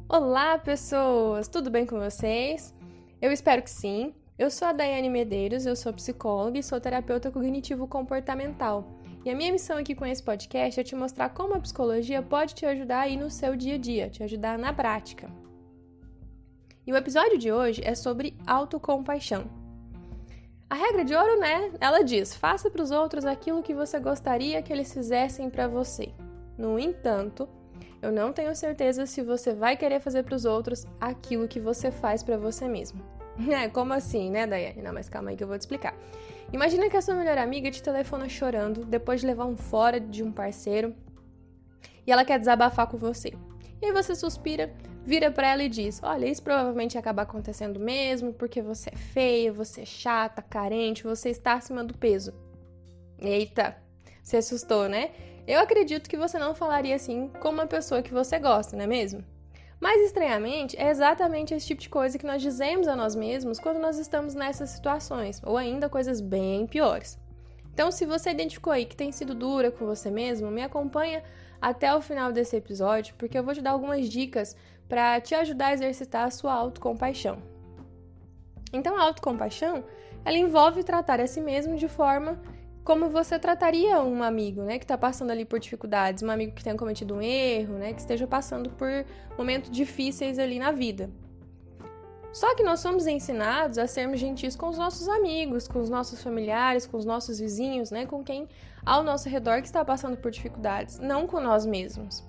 Olá, pessoas! Tudo bem com vocês? Eu espero que sim. Eu sou a Daiane Medeiros, eu sou psicóloga e sou terapeuta cognitivo-comportamental. E a minha missão aqui com esse podcast é te mostrar como a psicologia pode te ajudar aí no seu dia a dia, te ajudar na prática. E o episódio de hoje é sobre autocompaixão. A regra de ouro, né? Ela diz: faça para os outros aquilo que você gostaria que eles fizessem para você. No entanto, eu não tenho certeza se você vai querer fazer para os outros aquilo que você faz para você mesmo. Como assim, né, Daiane? Não, mas calma aí que eu vou te explicar. Imagina que a sua melhor amiga te telefona chorando depois de levar um fora de um parceiro e ela quer desabafar com você. E aí você suspira, vira pra ela e diz: olha, isso provavelmente ia acabar acontecendo mesmo porque você é feia, você é chata, carente, você está acima do peso. Eita, você assustou, né? Eu acredito que você não falaria assim com uma pessoa que você gosta, não é mesmo? Mas, estranhamente, é exatamente esse tipo de coisa que nós dizemos a nós mesmos quando nós estamos nessas situações, ou ainda coisas bem piores. Então, se você identificou aí que tem sido dura com você mesmo, me acompanha até o final desse episódio, porque eu vou te dar algumas dicas para te ajudar a exercitar a sua autocompaixão. Então, a autocompaixão, ela envolve tratar a si mesmo de forma como você trataria um amigo, né, que está passando ali por dificuldades, um amigo que tenha cometido um erro, né, que esteja passando por momentos difíceis ali na vida. Só que nós somos ensinados a sermos gentis com os nossos amigos, com os nossos familiares, com os nossos vizinhos, né, com quem ao nosso redor que está passando por dificuldades, não com nós mesmos.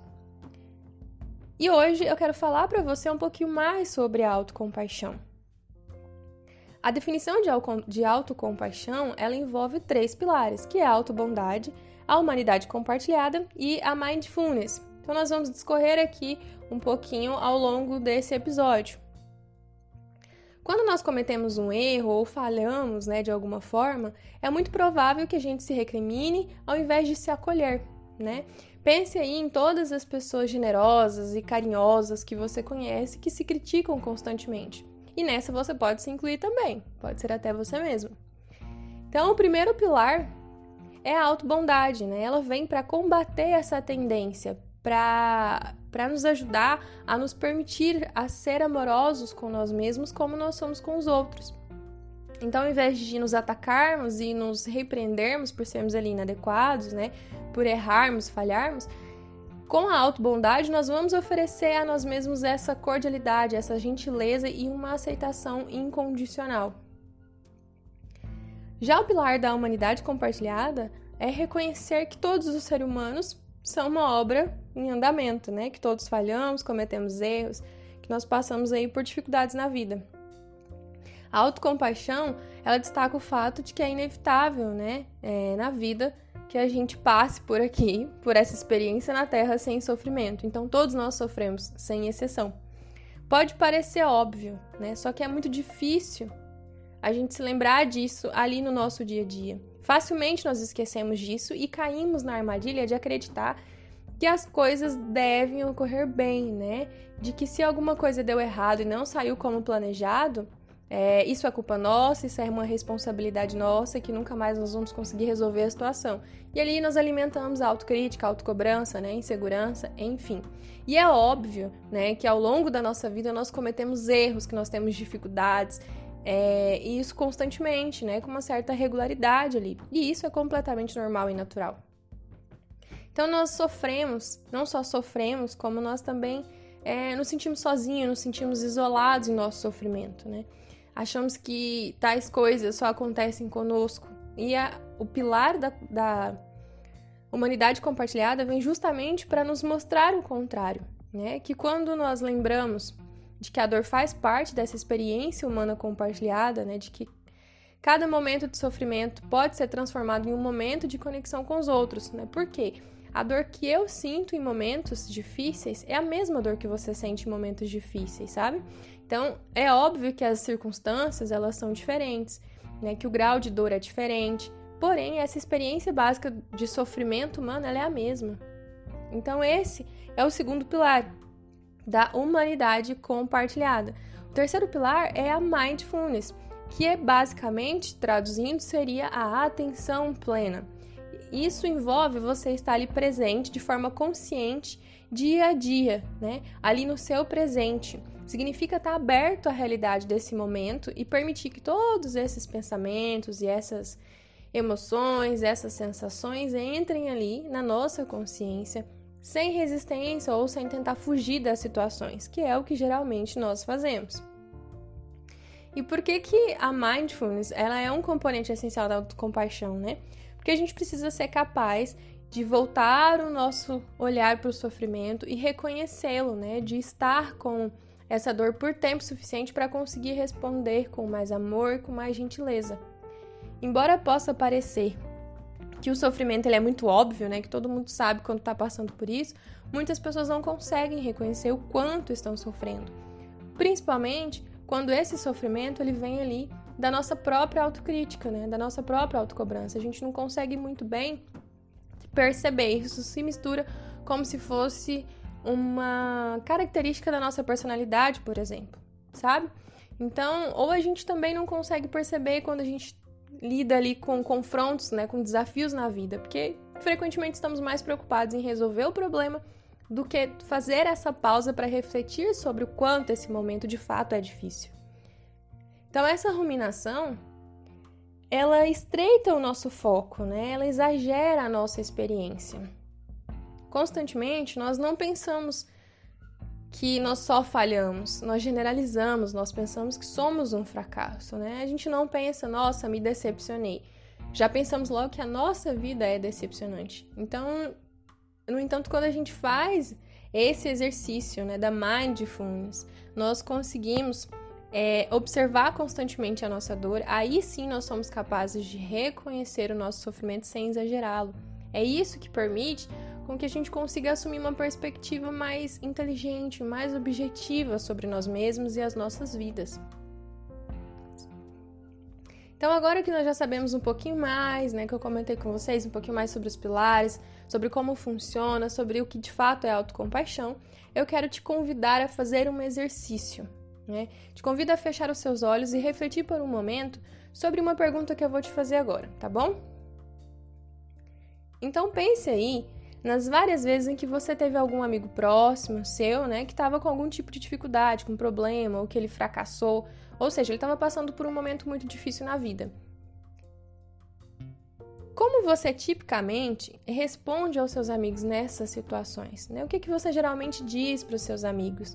E hoje eu quero falar para você um pouquinho mais sobre a autocompaixão. A definição de autocompaixão, ela envolve 3 pilares, que é a autobondade, a humanidade compartilhada e a mindfulness. Então, nós vamos discorrer aqui um pouquinho ao longo desse episódio. Quando nós cometemos um erro ou falhamos, né, de alguma forma, é muito provável que a gente se recrimine ao invés de se acolher, né? Pense aí em todas as pessoas generosas e carinhosas que você conhece que se criticam constantemente. E nessa você pode se incluir também, pode ser até você mesmo. Então, o primeiro pilar é a autobondade, né? Ela vem para combater essa tendência, para nos ajudar a nos permitir a ser amorosos com nós mesmos como nós somos com os outros. Então, ao invés de nos atacarmos e nos repreendermos por sermos ali inadequados, né? Por errarmos, falharmos, com a autobondade, nós vamos oferecer a nós mesmos essa cordialidade, essa gentileza e uma aceitação incondicional. Já o pilar da humanidade compartilhada é reconhecer que todos os seres humanos são uma obra em andamento, né? Que todos falhamos, cometemos erros, que nós passamos aí por dificuldades na vida. A autocompaixão, ela destaca o fato de que é inevitável, né? Na vida, que a gente passe por aqui, por essa experiência na Terra sem sofrimento. Então, todos nós sofremos, sem exceção. Pode parecer óbvio, né? Só que é muito difícil a gente se lembrar disso ali no nosso dia a dia. Facilmente nós esquecemos disso e caímos na armadilha de acreditar que as coisas devem ocorrer bem, né? De que se alguma coisa deu errado e não saiu como planejado, isso é culpa nossa, isso é uma responsabilidade nossa, que nunca mais nós vamos conseguir resolver a situação. E ali nós alimentamos a autocrítica, a autocobrança, né, insegurança, enfim. E é óbvio, né, que ao longo da nossa vida nós cometemos erros, que nós temos dificuldades, e isso constantemente, né, com uma certa regularidade ali. E isso é completamente normal e natural. Então nós sofremos, não só sofremos, como nós também nos sentimos sozinhos, nos sentimos isolados em nosso sofrimento, né? Achamos que tais coisas só acontecem conosco. E o pilar da humanidade compartilhada vem justamente para nos mostrar o contrário, né? Que quando nós lembramos de que a dor faz parte dessa experiência humana compartilhada, né? De que cada momento de sofrimento pode ser transformado em um momento de conexão com os outros, né? Por quê? A dor que eu sinto em momentos difíceis é a mesma dor que você sente em momentos difíceis, sabe? Então, é óbvio que as circunstâncias, elas são diferentes, né? Que o grau de dor é diferente, porém, essa experiência básica de sofrimento humano, ela é a mesma. Então, esse é o segundo pilar da humanidade compartilhada. O terceiro pilar é a mindfulness, que é basicamente, traduzindo, seria a atenção plena. isso envolve você estar ali presente de forma consciente, dia a dia, né? Ali no seu presente. Significa estar aberto à realidade desse momento e permitir que todos esses pensamentos e essas emoções, essas sensações entrem ali na nossa consciência, sem resistência ou sem tentar fugir das situações, que é o que geralmente nós fazemos. E por que a mindfulness ela é um componente essencial da autocompaixão, né? Porque a gente precisa ser capaz de voltar o nosso olhar para o sofrimento e reconhecê-lo, né? De estar com essa dor por tempo suficiente para conseguir responder com mais amor, com mais gentileza. Embora possa parecer que o sofrimento ele é muito óbvio, né? Que todo mundo sabe quando está passando por isso, muitas pessoas não conseguem reconhecer o quanto estão sofrendo. Principalmente quando esse sofrimento ele vem ali da nossa própria autocrítica, né? Da nossa própria autocobrança. A gente não consegue muito bem perceber. Isso se mistura como se fosse uma característica da nossa personalidade, por exemplo, sabe? Então, ou a gente também não consegue perceber quando a gente lida ali com confrontos, né, com desafios na vida, porque frequentemente estamos mais preocupados em resolver o problema do que fazer essa pausa para refletir sobre o quanto esse momento de fato é difícil. Então, essa ruminação, ela estreita o nosso foco, né? Ela exagera a nossa experiência. Constantemente, nós não pensamos que nós só falhamos, nós generalizamos, nós pensamos que somos um fracasso, né? A gente não pensa, nossa, me decepcionei. Já pensamos logo que a nossa vida é decepcionante. Então, no entanto, quando a gente faz esse exercício, né, da mindfulness, nós conseguimos observar constantemente a nossa dor, aí sim nós somos capazes de reconhecer o nosso sofrimento sem exagerá-lo. É isso que permite com que a gente consiga assumir uma perspectiva mais inteligente, mais objetiva sobre nós mesmos e as nossas vidas. Então, agora que nós já sabemos um pouquinho mais, né, que eu comentei com vocês um pouquinho mais sobre os pilares, sobre como funciona, sobre o que de fato é autocompaixão, eu quero te convidar a fazer um exercício, né? Te convido a fechar os seus olhos e refletir por um momento sobre uma pergunta que eu vou te fazer agora, tá bom? Então, pense aí nas várias vezes em que você teve algum amigo próximo seu, né, que estava com algum tipo de dificuldade, com problema, ou que ele fracassou, ou seja, ele estava passando por um momento muito difícil na vida. Como você tipicamente responde aos seus amigos nessas situações, né? O que você geralmente diz para os seus amigos?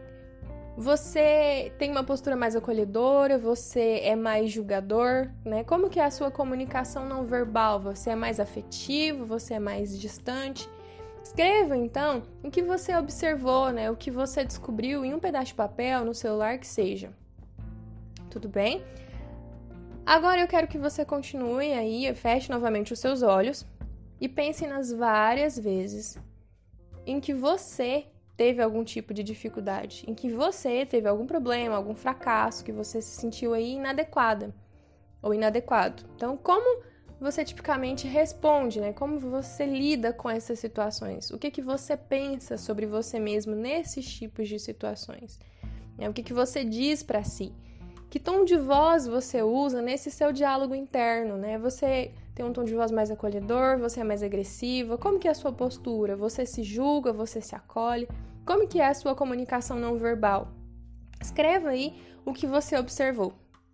Você tem uma postura mais acolhedora? Você é mais julgador, né? Como que é a sua comunicação não verbal? Você é mais afetivo? Você é mais distante? Escreva, então, o que você observou, né? O que você descobriu em um pedaço de papel, no celular, que seja. Tudo bem? Agora eu quero que você continue aí, feche novamente os seus olhos e pense nas várias vezes em que você teve algum tipo de dificuldade, em que você teve algum problema, algum fracasso, que você se sentiu aí inadequada ou inadequado. Então, como você tipicamente responde, né? Como você lida com essas situações? O que você pensa sobre você mesmo nesses tipos de situações? O que você diz para si? Que tom de voz você usa nesse seu diálogo interno, né? Você tem um tom de voz mais acolhedor, você é mais agressiva? Como que é a sua postura? Você se julga, você se acolhe? Como que é a sua comunicação não verbal? Escreva aí o que você observou.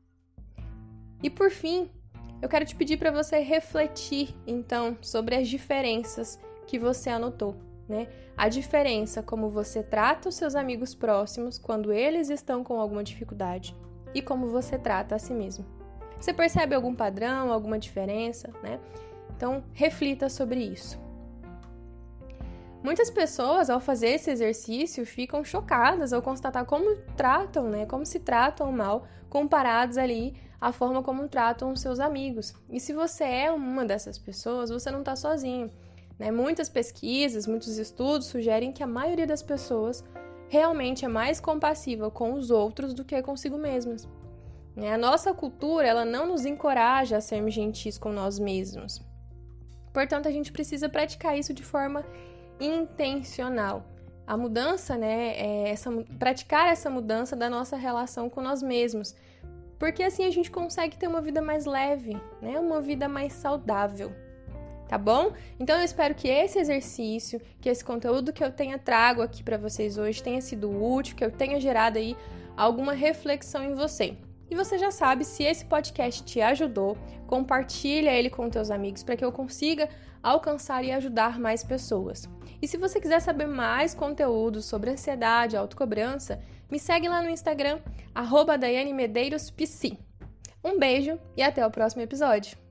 E por fim, eu quero te pedir para você refletir, então, sobre as diferenças que você anotou, né? A diferença como você trata os seus amigos próximos quando eles estão com alguma dificuldade e como você trata a si mesmo. Você percebe algum padrão, alguma diferença, né? Então, reflita sobre isso. Muitas pessoas, ao fazer esse exercício, ficam chocadas ao constatar como tratam, né? Como se tratam mal, comparados ali à forma como tratam os seus amigos. E se você é uma dessas pessoas, você não está sozinho, né? Muitas pesquisas, muitos estudos sugerem que a maioria das pessoas realmente é mais compassiva com os outros do que consigo mesmas. A nossa cultura, ela não nos encoraja a sermos gentis com nós mesmos. Portanto, a gente precisa praticar isso de forma intencional. A mudança, né, praticar essa mudança da nossa relação com nós mesmos, porque assim a gente consegue ter uma vida mais leve, né, uma vida mais saudável. tá bom? Então eu espero que esse exercício, que esse conteúdo que eu trago aqui para vocês hoje tenha sido útil, que eu tenha gerado aí alguma reflexão em você. E você já sabe, se esse podcast te ajudou, compartilha ele com teus amigos para que eu consiga alcançar e ajudar mais pessoas. E se você quiser saber mais conteúdo sobre ansiedade e autocobrança, me segue lá no Instagram, @DaianeMedeirosPC. Um beijo e até o próximo episódio!